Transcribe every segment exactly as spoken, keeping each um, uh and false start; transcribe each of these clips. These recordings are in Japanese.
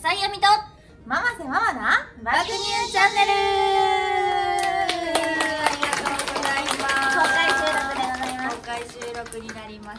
浅井亜美とママせママな爆乳チャンネル。ありがとうございます。 公開収録でございます。 公開収録になります。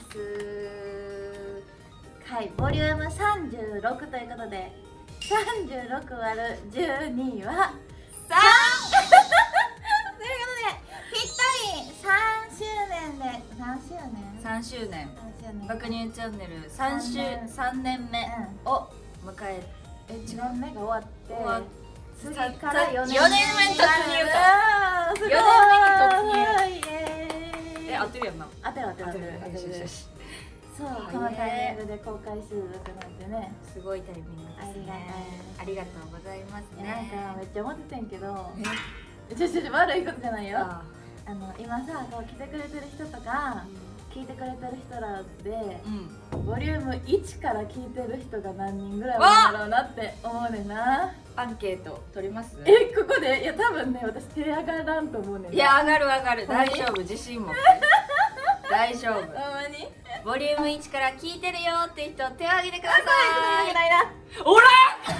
はい、ボリュームさんじゅうろくということでさんじゅうろく割るじゅうにはさんということでぴったりさんしゅうねんで何周年さんしゅうねんさんしゅうねん爆乳チャンネルさん週さんねんめを迎ええ違うよねんめが終わって終わっ次からよねんめよねんめに突入かよねんめに突入イエーイえ合ってるやんな。 当てる当てる当てる当てるそう、このタイミングで公開収録なんてねすごいタイミングですね。ありがとうございますね。 なんかめっちゃ思ってたんけどえちょちょちょ悪いことじゃないよ。 ああの今さこう来てくれてる人とか聞いてくれてる人らでうんボリュームいちから聞いてる人が何人ぐらいいるんだろうなって思うねんな。 アンケート取りますえここでいや多分ね私手上がらんと思うねんな。 いや上がる上がる大丈夫自信持って大丈夫ほんまにボリュームいちから聞いてるよって人手を挙げてください。 ないな。 おら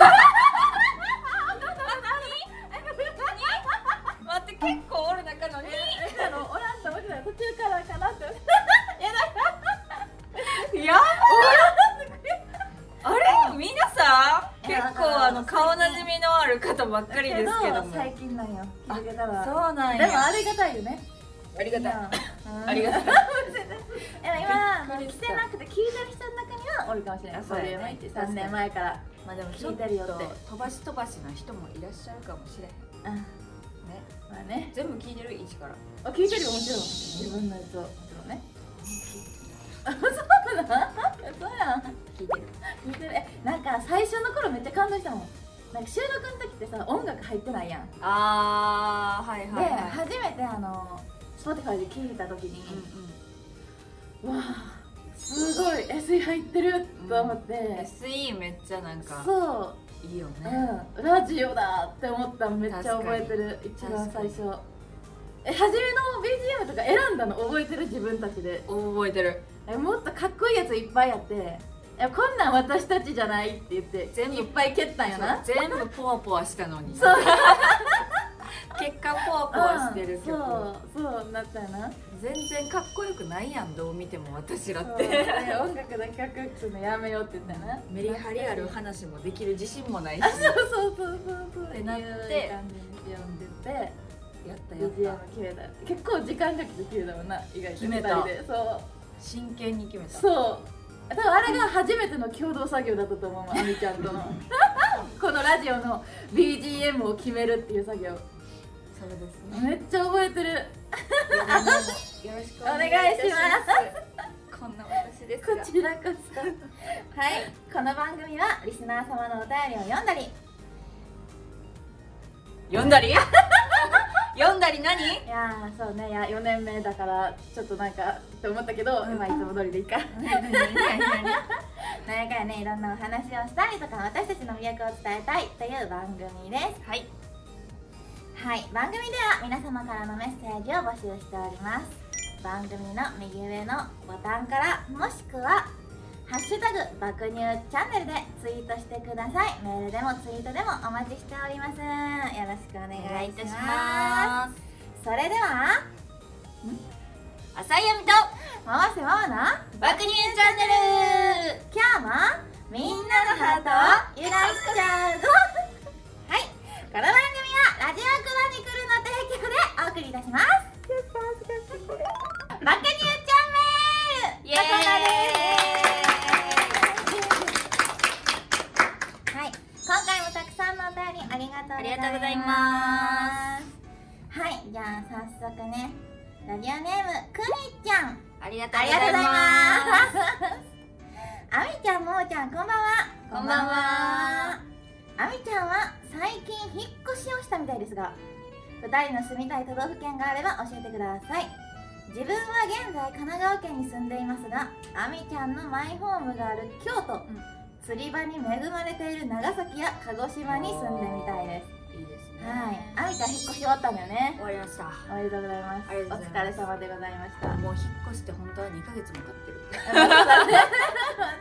待って結構おる中のにあのおらんと思ってたら途中からかなって思ってやばあれ皆さん結構あの顔なじみのある方ばっかりですけども最近なんよ聞いてたら。 そうなんでもやありがたいよね。 ありがたいうんありがたいでも今びっくりした来てなくて聞いてる人の中にはおるかもしれない。 そうやねボリュームいちさんねんまえからまあでもちょっと聞いてるよって飛ばし飛ばしな人もいらっしゃるかもしれへんうんね。 まあね全部聞いてるいちからあ聞いてるよもちろん自分のやつをもちろんね。あそうなんそうやん聞いてる聞いてる。えなんか最初の頃めっちゃ感動したもん。なんか収録の時ってさ音楽入ってないやん。であーはいはいはい初めてあの Spotify で聞いた時にうんうんわあすごい エスイー 入ってると思ってエスイー めっちゃなんかそういいよね。 うん、ラジオだって思ったのめっちゃ覚えてる。一番最初え初めの ビージーエム とか選んだの覚えてる自分たちで。 覚えてる。 えもっとかっこいいやついっぱいあってえこんなん私たちじゃないって言って全部いっぱい蹴ったんやな。 全部ポワポワしたのにそう結果ポワポワしてる曲、 そうそうなったよな。 全然かっこよくないやんどう見ても私らっそうてで音楽だけかっこよくするのやめようって言ったよな。 メリハリある話もできる自信もないしあそうそうそうそうそうってなっていう感じにしようって言ってやったやビージーエムった決めた。結構時間かけて決めたもんな。意外と決めたふたりでそう真剣に決めた。 そう多分あれが初めての共同作業だったと思うわあみちゃんとのこのラジオの ビージーエム を決めるっていう作業そうですね。 めっちゃ覚えてる。 よろしくお願いいたしますこんな私ですこがちらこそはいこの番組はリスナー様のお便りを読んだり読んだり読んだり何いやーそうねいやよねんめだからちょっとなんかって思ったけど、 うんまあいつも通りでいいか何何何何なんやかんやねいろんなお話をしたりとか私たちの魅力を伝えたいという番組ですはいはい番組では皆様からのメッセージを募集しております番組の右上のボタンからもしくはハッシュタグ爆乳チャンネルでツイートしてください。メールでもツイートでもお待ちしております。よろしくお願いいたします。それでは浅井亜美とママせママの爆乳チャンネル。 今日もみんなのハートを揺らしちゃうぞはいこの番組はラジオクロニクルの提供でお送りいたします爆乳チャンネルイエーイはい、今回もたくさんのお便りありがとうございます。 ありがとうございますはい、じゃあ早速ね、ラジオネームくみちゃん、 ありがとうありがとうございございまます。あみちゃん、ももちゃん、こんばんは。 こんばんは。 あみちゃんは最近引っ越しをしたみたいですが、ふたりの住みたい都道府県があれば教えてください。自分は現在神奈川県に住んでいますが、あみちゃんのマイホームがある京都、うん釣り場に恵まれている長崎や鹿児島に住んでみたいです。 す。いいですね。 はい、あみちゃん引っ越し終わったんだよね。 終わりました。 おめでとうございます。 ありがとうございますお疲れ様でございました。 もう引っ越して本当はにかげつも経ってる。 まだね、まだ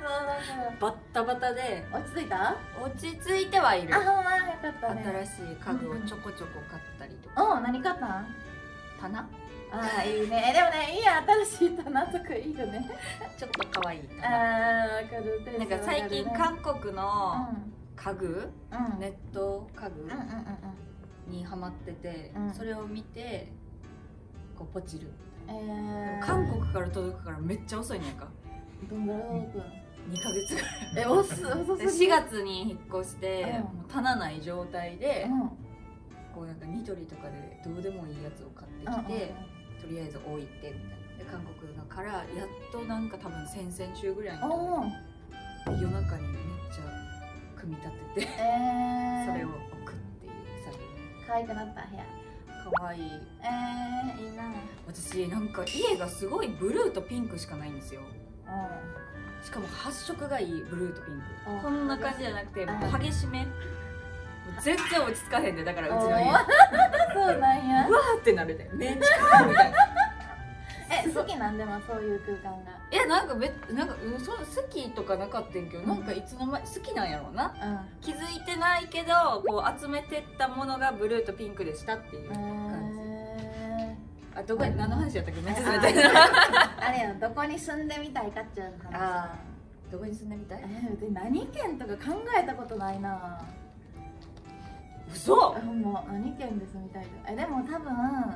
バッタバタで落ち着いた？ 落ち着いてはいる。 あ、ほんまよかったね。 新しい家具をちょこちょこ買ったりとか。 お、何買ったん？ 棚？ ああ、いいね。でもね、いいや、新しい棚とかいいよね。 ちょっと可愛い棚。 ああ、わかる。 なんか最近韓国のうん家具、 うんネット家具うんうんうんにハマってて、 うんそれを見てこうポチる。 うん。えー、 韓国から届くからめっちゃ遅いねんか。 どんぐらい届くん？ にかげつぐらい。 え、遅遅すぎ。 でしがつに引っ越して、 うんもう棚ない状態で、 うんこうなんかニトリとかでどうでもいいやつを買ってきて、とりあえず置いてみたいな。で韓国のからやっとなんか多分先々週ぐらいにうんうん。おー。 で夜中にめっちゃ組み立ててえー、 それを置くっていう作業。 可愛くなった部屋。 かわいい。 えー、いいな。 私なんか家がすごいブルーとピンクしかないんですよ。 うしかも発色がいいブルーとピンク。 あこんな感じじゃなくてもあう激しめ。もう全然落ち着かへんで、だからうちの家。 おーそうなんや。 うわーってなるで、めっちゃみたいな。 え、好きなんでもそういう空間が。 いやなんかべなんかうんそう好きとかなかったんけど、なんかいつの間に好きなんやろうな。 うん。 気づいてないけどこう集めてったものがブルーとピンクでしたっていう感じ。 えあ、どこ何の話やったっけ？めっちゃあ冷たいな。 ー、あれよ、どこに住んでみたいかっちゅう話。 あどこに住んでみたい？ えー、で何県とか考えたことないな。 嘘？ ほんま何県で住みたいとか。え、でも多分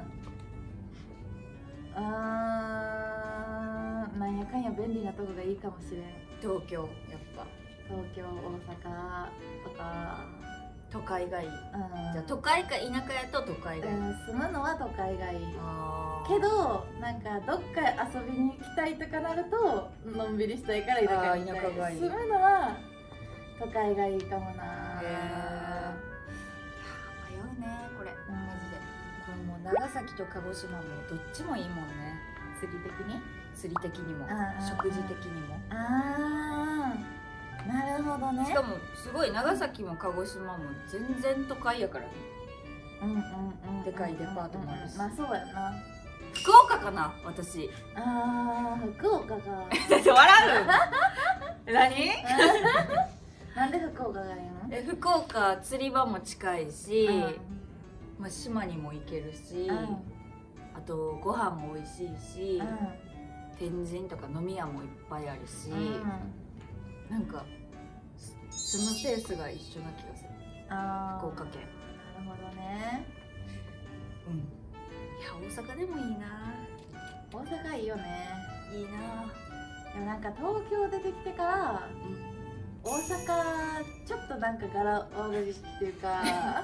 あー、なんやかんや便利なとこがいいかもしれん。 東京やっぱ東京、大阪とか。 都会がいい。 うん、 じゃあ都会か田舎やと都会がいい。 うん、住むのは都会がいいあーけど、なんかどっか遊びに行きたいとかなるとのんびりしたいから田舎に行きたい。 あー田舎がいい住むのは都会がいいかもな。 へー迷うねこれ、 うんマジで。これもう長崎と鹿児島もどっちもいいもんね。 釣り的に。 釣り的にもうんうん食事的にも。 あー、なるほどね。 しかもすごい長崎も鹿児島も全然都会やからね。 うんうんうんうん、 でかいデパートもあるしまあそうやな。 福岡かな私。 あー、福岡か。 だって笑う何？ なんで福岡がいいの？ え福岡釣り場も近いし、 うんまあ、島にも行けるし、 うんあとご飯も美味しいし、 うん天神とか飲み屋もいっぱいあるし、 うん、 なんかす住むペースが一緒な気がする。 あー、 福岡県。 なるほどね。 うん。いや大阪でもいいな。 大阪いいよね。 いいな。 でもなんか東京出てきてから大阪ちょっとなんか柄悪いっていうか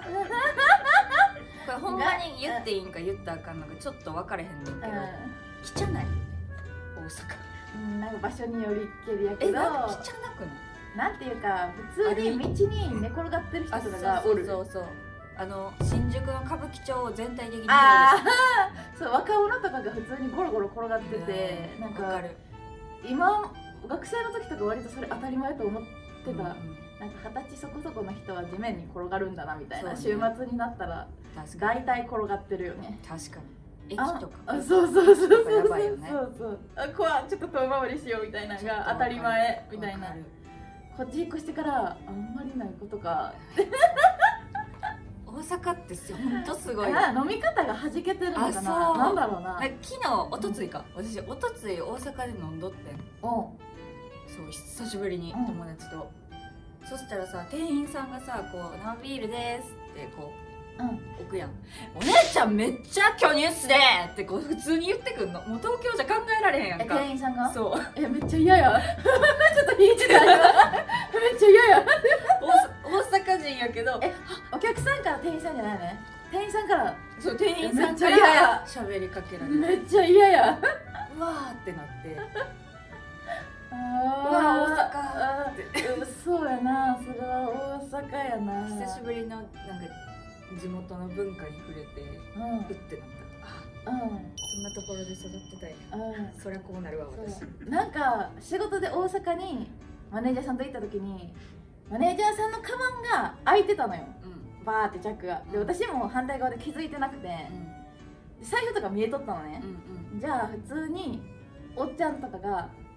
これほんまに言っていいんか言ったらあかんのかちょっと分かれへんねんけど、汚いよね大阪。 うん、なんか場所によりけりやけど、 えなんか汚くない？ なんていうか普通に道に寝転がってる人とかがおる。 そうそうそうそう。あの新宿の歌舞伎町を全体的にああそう、若者とかが普通にゴロゴロ転がってて、 うんなんかわかる。 今学生の時とか割とそれ当たり前と思ってた、 うんうんなんか二十歳そこそこの人は地面に転がるんだなみたいな、 そうね週末になったら確かに大体転がってるよね。 確かに駅あとかあ、そうそうそうそうとかやばいよね。 そうそう、あ、怖い、ちょっと遠回りしようみたいなのが当たり前みたいな。 わかるこっち引っ越してからあんまりないことか。 大阪ってほんとすごい。 あ、飲み方が弾けてるのかな。 あそうなんだろうな。 なんか昨日おとついか私おとつい大阪で飲んどってん。 おそう久しぶりにうん友達と、そしたらさ店員さんがさこう生ビールですってこううん、 置くやん。お姉ちゃんめっちゃ巨乳っすねってこう普通に言ってくんの。もう東京じゃ考えられへんやんえ、 か。 店員さんがそうえ、めっちゃ嫌やちょっと引いてた今めっちゃ嫌や大大阪人やけどえ、お客さんから店員さんじゃないね。店員さんからそう店員さんかめっちゃ嫌やら喋りかけられる。 めっちゃ嫌や。 うわーってなってあうわ大阪あー、そうやな、それは大阪やな。 久しぶりのなんか地元の文化に触れてうんうってなった。あうんこんなところで育ってたいな。 うんそりゃこうなるわ私。 そうなんか仕事で大阪にマネージャーさんと行った時にマネージャーさんのカバンが開いてたのよ、 うんバーってチャックが。で、 うん私も反対側で気づいてなくて、財布とか見えとったのね、 うんうんじゃあ普通におっちゃんとかが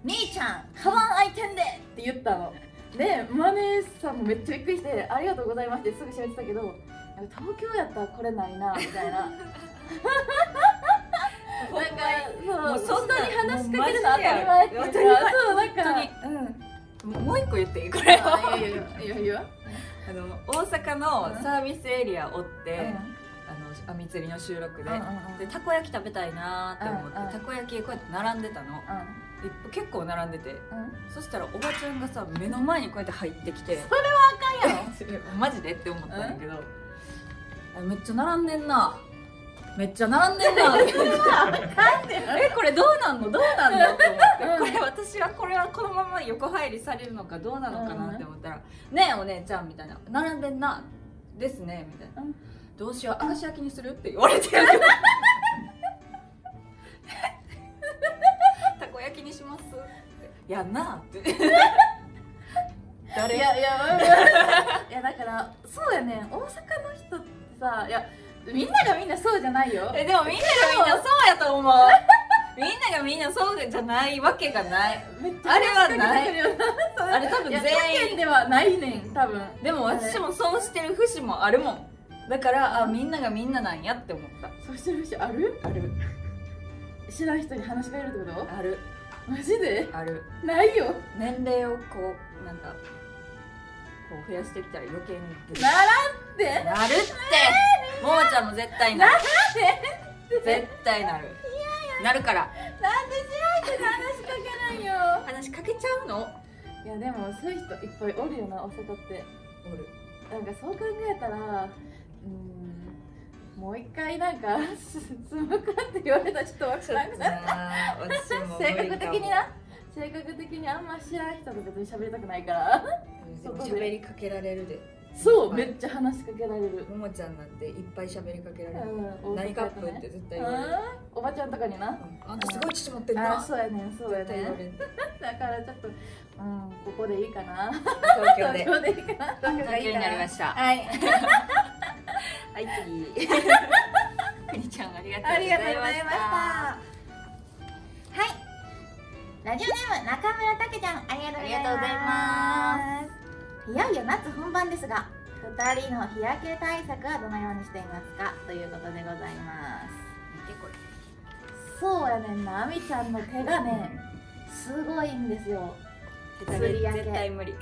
兄ちゃんカバン開いてんでって言ったので、マネーさんもめっちゃびっくりしてありがとうございますってすぐ喋ってたけど、なんか東京やったらこれないなみたいななんかもうそうそんな人に話しかけるの当たり前っていうか、そうなんかうんもう一個言っていいこれはあいやいやいやいやあの大阪のサービスエリアおって、 うんあの網釣りの収録で、 うんうんうんでたこ焼き食べたいなーって思って、 うんうんたこ焼きこうやって並んでたの、で結構並んでて、 うんうんそしたらおばちゃんがさ目の前にこうやって入ってきてそれはあかんやろマジでって思ったんだけど、あめっちゃ並んでんなめっちゃ並んでんなってえこれどうなんのどうなんのって思って、これ私はこれはこのまま横入りされるのかどうなのかなって思ったら「ねえお姉ちゃん」みたいな「並んでんなですね」みたいなうん 「どうしよう明石焼きにする?」って言われてたこ焼きにしますってやんなって誰いやいやいやだからそうやねん大阪の人ってさ、いやみんながみんなそうじゃないよ。 えでもみんながみんなそうやと思うみんながみんなそうじゃないわけがないめっちゃあれはない話しかけてくるよなあれ多分いや全員世間ではないねん多分。 でも私もそうしてる節もあるもんだからあみんながみんななんやって思ったそうしてる人ある？ ある知らん人に話しかけるってこあると？マジで？ あるないよ。 年齢をこうなんかこう増やしてきたら余計に出るならんってなるってももちゃんも絶対なる絶対なるなるからなんで知らん人に話しかけないよ。 話しかけちゃうのいやでもそういう人いっぱいおるよな大阪って。 おるなんかそう考えたらうーんもう一回なんか住むかって言われたらちょっとわからんくなったあー私も無性理かも格的にな性格的にあんま知らん人と別に喋りたくないからでも喋りかけられるでそうめっちゃ話しかけられる。 ももちゃんなんていっぱい喋りかけられるうん何カップって絶対言われるおばちゃんとかになあんたすごい父持ってんあなそうやねんそうやねん絶対言われるだからちょっとうんここでいいかな東京で東京でいいかな東京がいいか東京になりましたはいはい次くにちゃんありがとうあございましたりがとうございましたはいラジオネーム中村たけちゃんありがとうございますありがとうございますいよいよ夏本番ですがふたりの日焼け対策はどのようにしていますかということでございます見てこれそうやねんなあみちゃんの手がねすごいんですよ絶釣り焼け絶対無理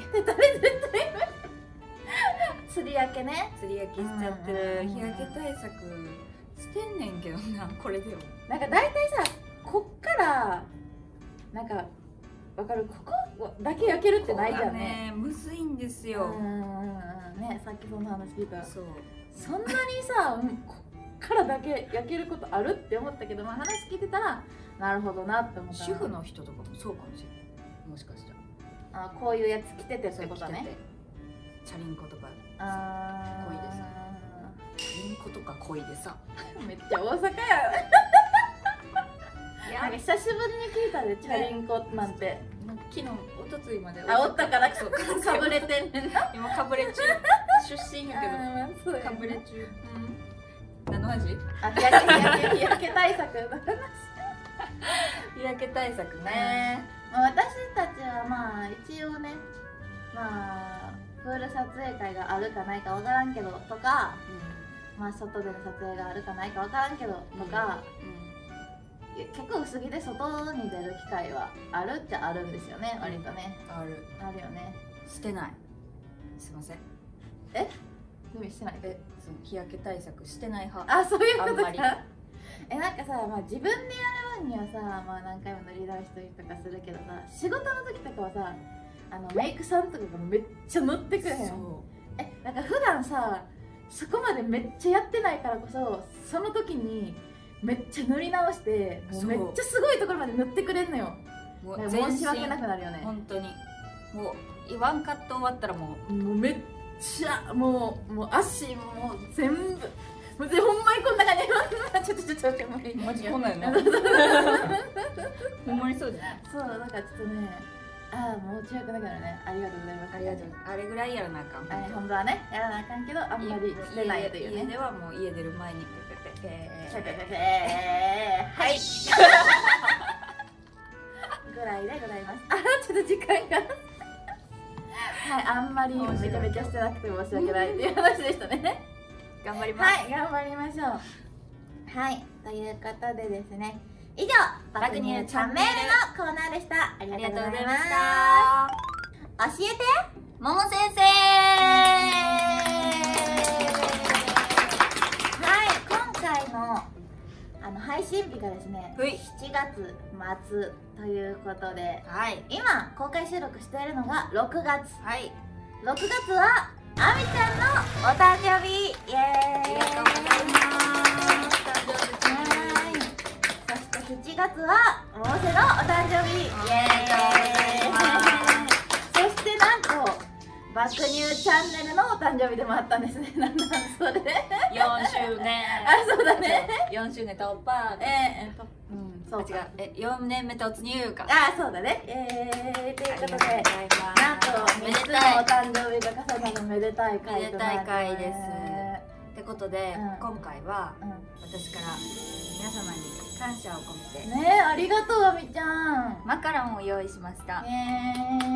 釣り焼けね釣り焼きしちゃってる日焼け対策してんねんけどなこれでもなんか大体さこっからなんかわかるここだけ焼けるってないじゃんねねむずいんですうんようんうんねさっきそんな話聞いたそうそんなにさ、うん、こっからだけ焼けることあるって思ったけど、まあ、話聞いてたらなるほどなって思った主婦の人とかもそうかもしれないもしかしたらあこういうやつ着ててってことねチャリンコとかあ濃いですチャリンコとか濃いでさめっちゃ大阪やいなんか久しぶりに聞いたでチャリンコなんて昨日おとついまであおったからそうかぶれてんねんな今かぶれ中出身やけどあーまあそうやなかぶれ中何の話あ日焼け日焼け日焼け対策の話日焼け対策ねまあ私たちはまあ一応ねまあプール撮影会があるかないかわからんけどとかまあ外での撮影があるかないかわからんけどとか、結構薄着で外に出る機会はあるっちゃあるんですよね割とねあるあるよねしてないすいませんえ準備してないえその日焼け対策してない派あそういうことあんまりかえなんかさ、まあ、自分でやる分にはさ、まあ、何回も塗り直したりとかするけどさ仕事の時とかはさあのメイクさんとかがめっちゃ塗ってくれへんそえなんか普段さそこまでめっちゃやってないからこそその時にめっちゃ塗り直してもうめっちゃすごいところまで塗ってくれんのようもうなんか申し訳なくなるよね本当にもうワンカット終わったらもうもうめっちゃもうもう足もう全部もうぜほんまにこんな感じちょっとちょっとちょっともういいマジこんなんやなほんまにそうじゃないそうだからちょっとねああ申し訳なくなるねありがとうございますありがとうあれぐらいやらなあかんあれ本当はねやらなあかんけどあんまりしてないというね家ではもう家出る前にペペペペペペペペはいぐらいでございます。あらちょっと時間がはい、あんまりめちゃめちゃしてなくて申し訳ないっていう話でしたね頑張ります。 はい、頑張りましょう。はい、ということでですね、以上爆乳チャンネルのコーナーでした。ありがとうございました。教えてもも先生。 はい、今回のあの配信日がですね、 はいしちがつまつということで、 はい今公開収録しているのがろくがつ。 はい。 ろくがつはあみちゃんのお誕生日。イエーイ。 ありがとうございます。誕生日ですね。 はい。そしてしちがつはももせのお誕生日。イエーイ。そしてなんと爆乳チャンネルのお誕生日でもあったんですね。なんなんそれ。 よんしゅうねん。 あ、そうだね。 よんしゅうねん突破。 えー、と、うん、そうか。 違う。え、よねんめ突入か。 あ、そうだね。えー、ということで、なんとみっつのお誕生日が重なるめでたい回となってます。 めでたい回です。ってことで、 うん今回はう私から皆様に感謝を込めてん。ねえ、ありがとうあみちゃん。 マカロンを用意しました。 ね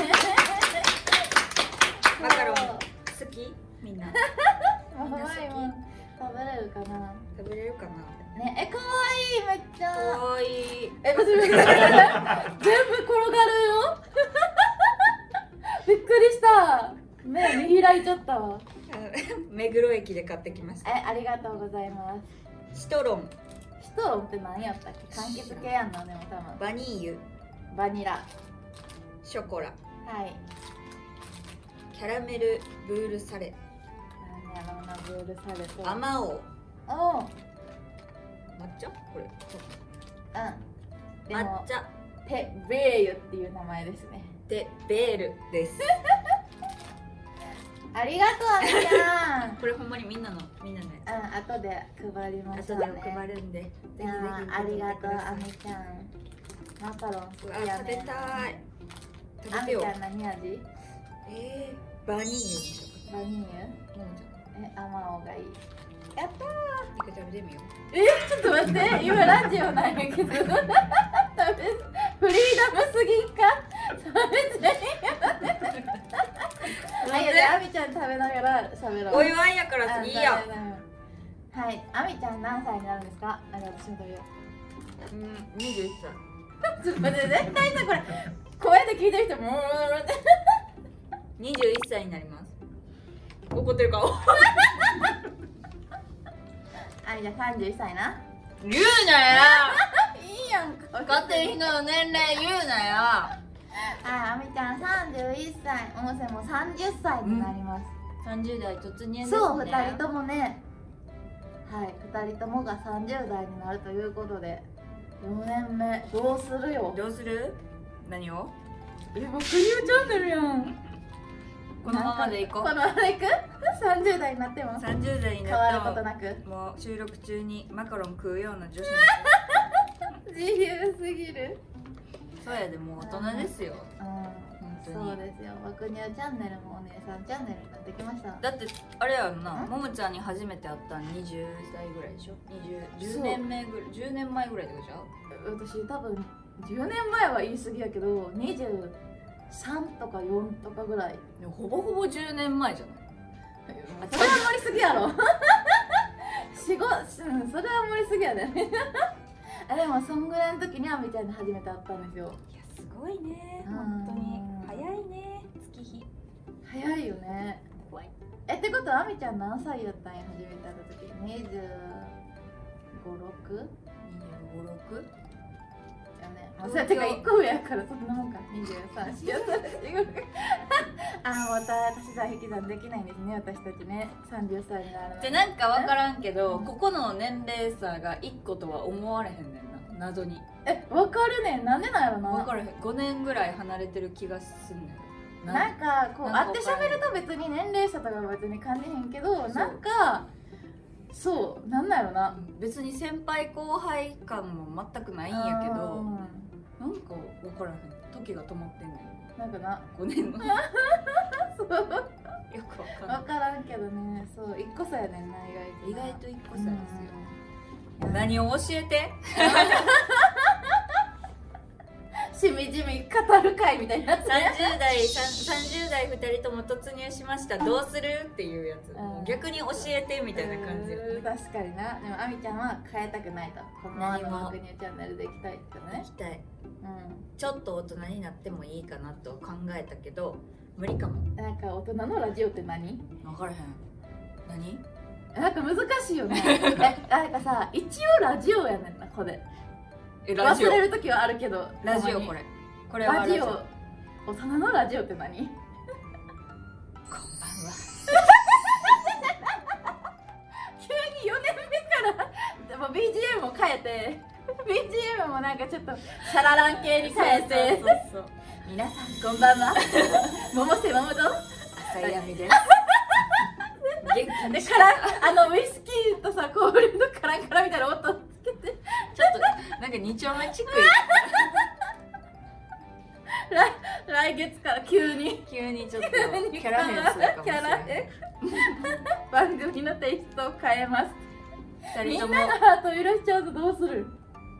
マカロン好き？みんな。 え。もう食べれるかな。 食べれるかな。 ねえ、可愛いめっちゃ。 かわいい。 え、待って待って全部転がるよ。びっくりした。目見開いちゃったわ。 目黒駅で買ってきました。 え、ありがとうございます。 シトロン、 シトロンって何やったっけ？柑橘系やんのでも多分。 バニーユ、 バニラ。 ショコラ、 はい。 キャラメルブールサレ、 何やろうな、ブールされと。 アマオ、 おう。 抹茶？これ。 うん。で抹も茶テベーユっていう名前ですね。 でベールです。 ありがとうあみちゃん。 これほんまにみんなのみんなのやうん、後で配りまつ。 しょうね。 後で配るんで、ぜひぜひいやーありがとうあみちゃん。マカロン好うわきやね。 食べたい。食あみべてよ。 ちゃん何味？ えー、バニーユにしようバニーユ？ か。ももちえ、アマオがいい。やったー。 ゃん、一回食べてみよう。 え、ちょっと待って、今ラジオなんやけど。食べフリーダムすぎんか？食べてはい、じゃああみちゃん食べながら喋ろう。 お祝いやから次いいや。 はい、あみちゃん何歳になるんですか？あれ私も食べよう。 うん、にじゅういっさい。 ちょっと待って、絶対さこれ声で聞いてる人もうってにじゅういっさいになります。怒ってる顔。 はい、じゃあさんじゅういっさいな。 言うなよ。 いいやんか。 勝手に人の年齢言うなよ。 はい、あみちゃんさんじゅういっさい、おもせもさんじゅっさいになります。 さんじゅう代突入ですね。 そう、ふたりともね。はい、ふたりともがさんじゅう代になるということで、よねんめどうするよ。 どうする？何を？ え、僕ニューチャンネルやん。 このままでいこう。 このままでいく？さんじゅう代になってもさんじゅう代に変わるなってことなく。 ももう収録中にマカロン食うような女子に。 自由すぎる。 そうやでもう大人ですよ。 うん、 当にそうですよ。爆乳チャンネルもお姉さんチャンネルになってきました。 だってあれやんな、 んももちゃんに初めて会ったんにじゅっさいぐらいでしょ。にじゅう、じゅうねんめぐらい、じゅうねんまえぐらいってことじゃん。 私多分じゅうねんまえは言い過ぎやけどにじゅうさんとかよんとかぐらい。 でもほぼほぼじゅうねんまえじゃない。 それは盛りすぎやろ。仕事、うん、それは盛りすぎやね。あ、でもそんぐらいの時にあみちゃんに初めて会ったんですよ。 いやすごいね、 うん本当に早いね、月日早いよね。 怖い。 え、ってことはあみちゃん何歳やったんや、初めて会った時。にじゅうご、ろく？ にじゅうご、ろく？ よね。まあ、それてかいっこ上やからそんなもんか。にじゅうさん、よん、よん、あー、また足し算引き算できないんですね、私たちね。さんじゅっさいになるのでなんか分からんけど、 うんここの年齢差がいっことは思われへんねんな、謎に。 え、わかるねん。なんでなんやろな。 分からへん、ごねんぐらい離れてる気がすんねん。 なんかこうなんか会って喋ると別に年齢差とかは別に感じへんけど、 そうなんかそうなんなんやろな。 別に先輩後輩感も全くないんやけど、 うんなんか分からへん、時が止まってんねん、 なんかな、 ごねんの。よそうく分かんない分からんけどね、そういっこ差やねんな、意外とな。 意外といっこ差ですよ。 うん何を教えて。 しみじみ語る会みたいな。 さんじゅう代さんじゅう代ふたりとも突入しました、どうするっていうやつ、 うん逆に教えてみたいな感じ、 うん確かにな。でもあみちゃんは変えたくないと、このままの爆乳チャンネルでいきたいってね行。きたい。 うちょっと大人になってもいいかなと考えたけど無理かも。 ん、なんか大人のラジオって何？ 分からへん。何？ なんか難しいよね。え、なんかさ、一応ラジオやねんな、これ。 えラジオ忘れる時はあるけど。 ラジオこれこれはラジオ。大人のラジオって何？ こんばんは。 急によねんめからでも ビージーエム も変えて ビージーエム もなんかちょっとシャララン系に変えて、 そうそうそう皆さんこんばんは桃瀬桃と浅井亜美です。元気にでからあのウイスキーとさ氷のカランカランみたいな音つけて、 ちょっとなんか二丁目チック来来月から急に急にちょっと急にキャラ変するかもしキャれない。 ラ変番組のテイストを変えます。みん二人ともなのハートを揺らしちゃうとどうする？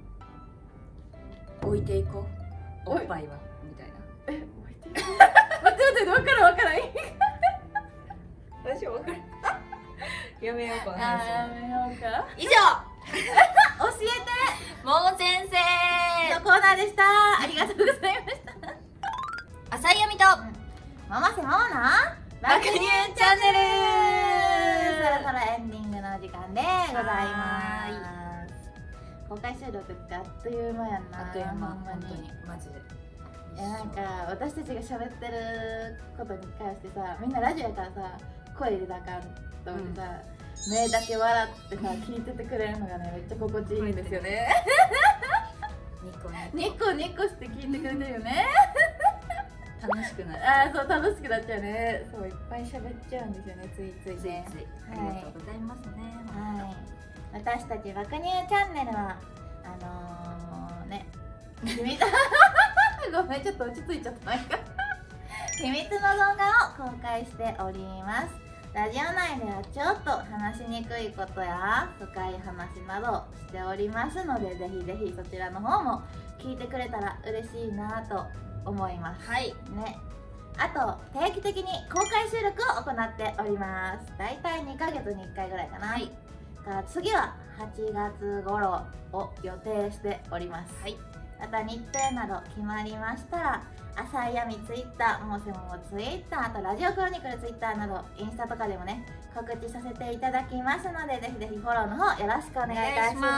置いていこう。おおいっぱいはみたいな。 え、置いて待って待って分からん分からん。 私分かる。やめようこのあ話。 ーやめようか。 以上、 教えてもも先生のコーナーでした。ありがとうございました。 浅井亜美とママせママな爆乳チャンネル。 そろそろエンディングのお時間でございます。公開収録ってあっという間やんな。 あっという間、 ほんま本当にマジで。 いやなんか私たちが喋ってることに関してさ、みんなラジオやからさ声入れなあかんと思ってさ、目だけ笑ってさ聞いててくれるのがねめっちゃ心地いいんですよね。 ニコニニコニコして聞いてくれてるよね。 コ楽しくなる。 ああそう楽しくなっちゃうね。そういっぱい喋っちゃうんですよね、ついついついね。 ついありがとうございますね。 はい、私たち爆乳チャンネルはあのー、ね秘密ごめんちょっと落ち着いちゃったなんか秘密の動画を公開しております。ラジオ内ではちょっと話しにくいことや深い話などしておりますので、ぜひぜひそちらの方も聞いてくれたら嬉しいなと思いますはい。 ね。あと定期的に公開収録を行っております。だいたいにかげつにいっかいぐらいかな。 はいが次ははちがつ頃を予定しております。 はい。 また日程など決まりましたら、浅井亜美ツイッター、ももせももツイッター、あとラジオクロニクルツイッターなどインスタとかでもね告知させていただきますので、ぜひぜひフォローの方よろしくお願いいたし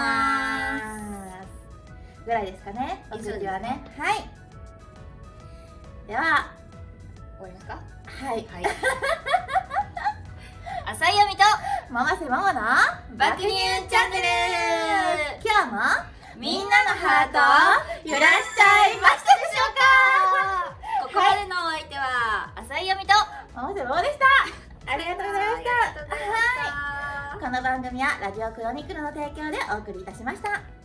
ますぐらいですかね、告知はね。はい、では終わりますか。 はいはい。浅井亜美とママせママの爆乳チャンネル。 今日もみんなのハート揺らしちゃいましたでしょうか。 ここまでのお相手は浅井亜美とママせママでした。ありがとうございました。 ありがとうございました。 この番組はラジオクロニクルの提供でお送りいたしました。